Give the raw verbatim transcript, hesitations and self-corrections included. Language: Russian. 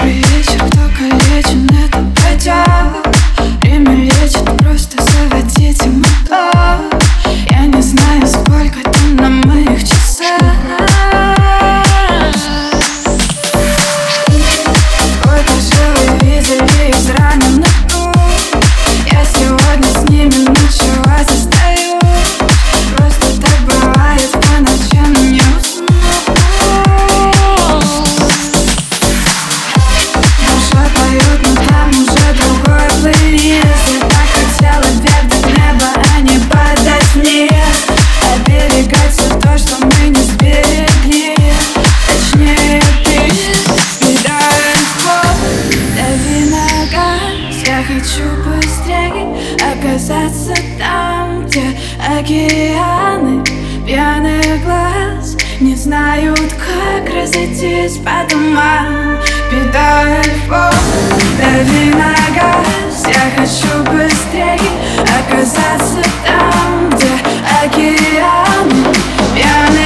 Добрый вечер, кто калечен, это пойдет. Время лечит, просто заводите мотор. Я не знаю, сколько там на моих часах. Сколько же вы видели израненных рук? Я сегодня с ними ночевать остаюсь. Просто так бывает, по ночам не уснуть. Душа поет, но там уже другой плейлист. Я так хотела вверх до неба, а не падать вниз. Оберегать все то, что мы не сберегли. Точнее ты. Кидай в пол, дави на газ. Я хочу быстрее оказаться там, где океаны пьяных глаз не знают, как разойтись по домам. Педаль в пол, дави на газ. Я хочу быстрее оказаться там, где океаны пьяных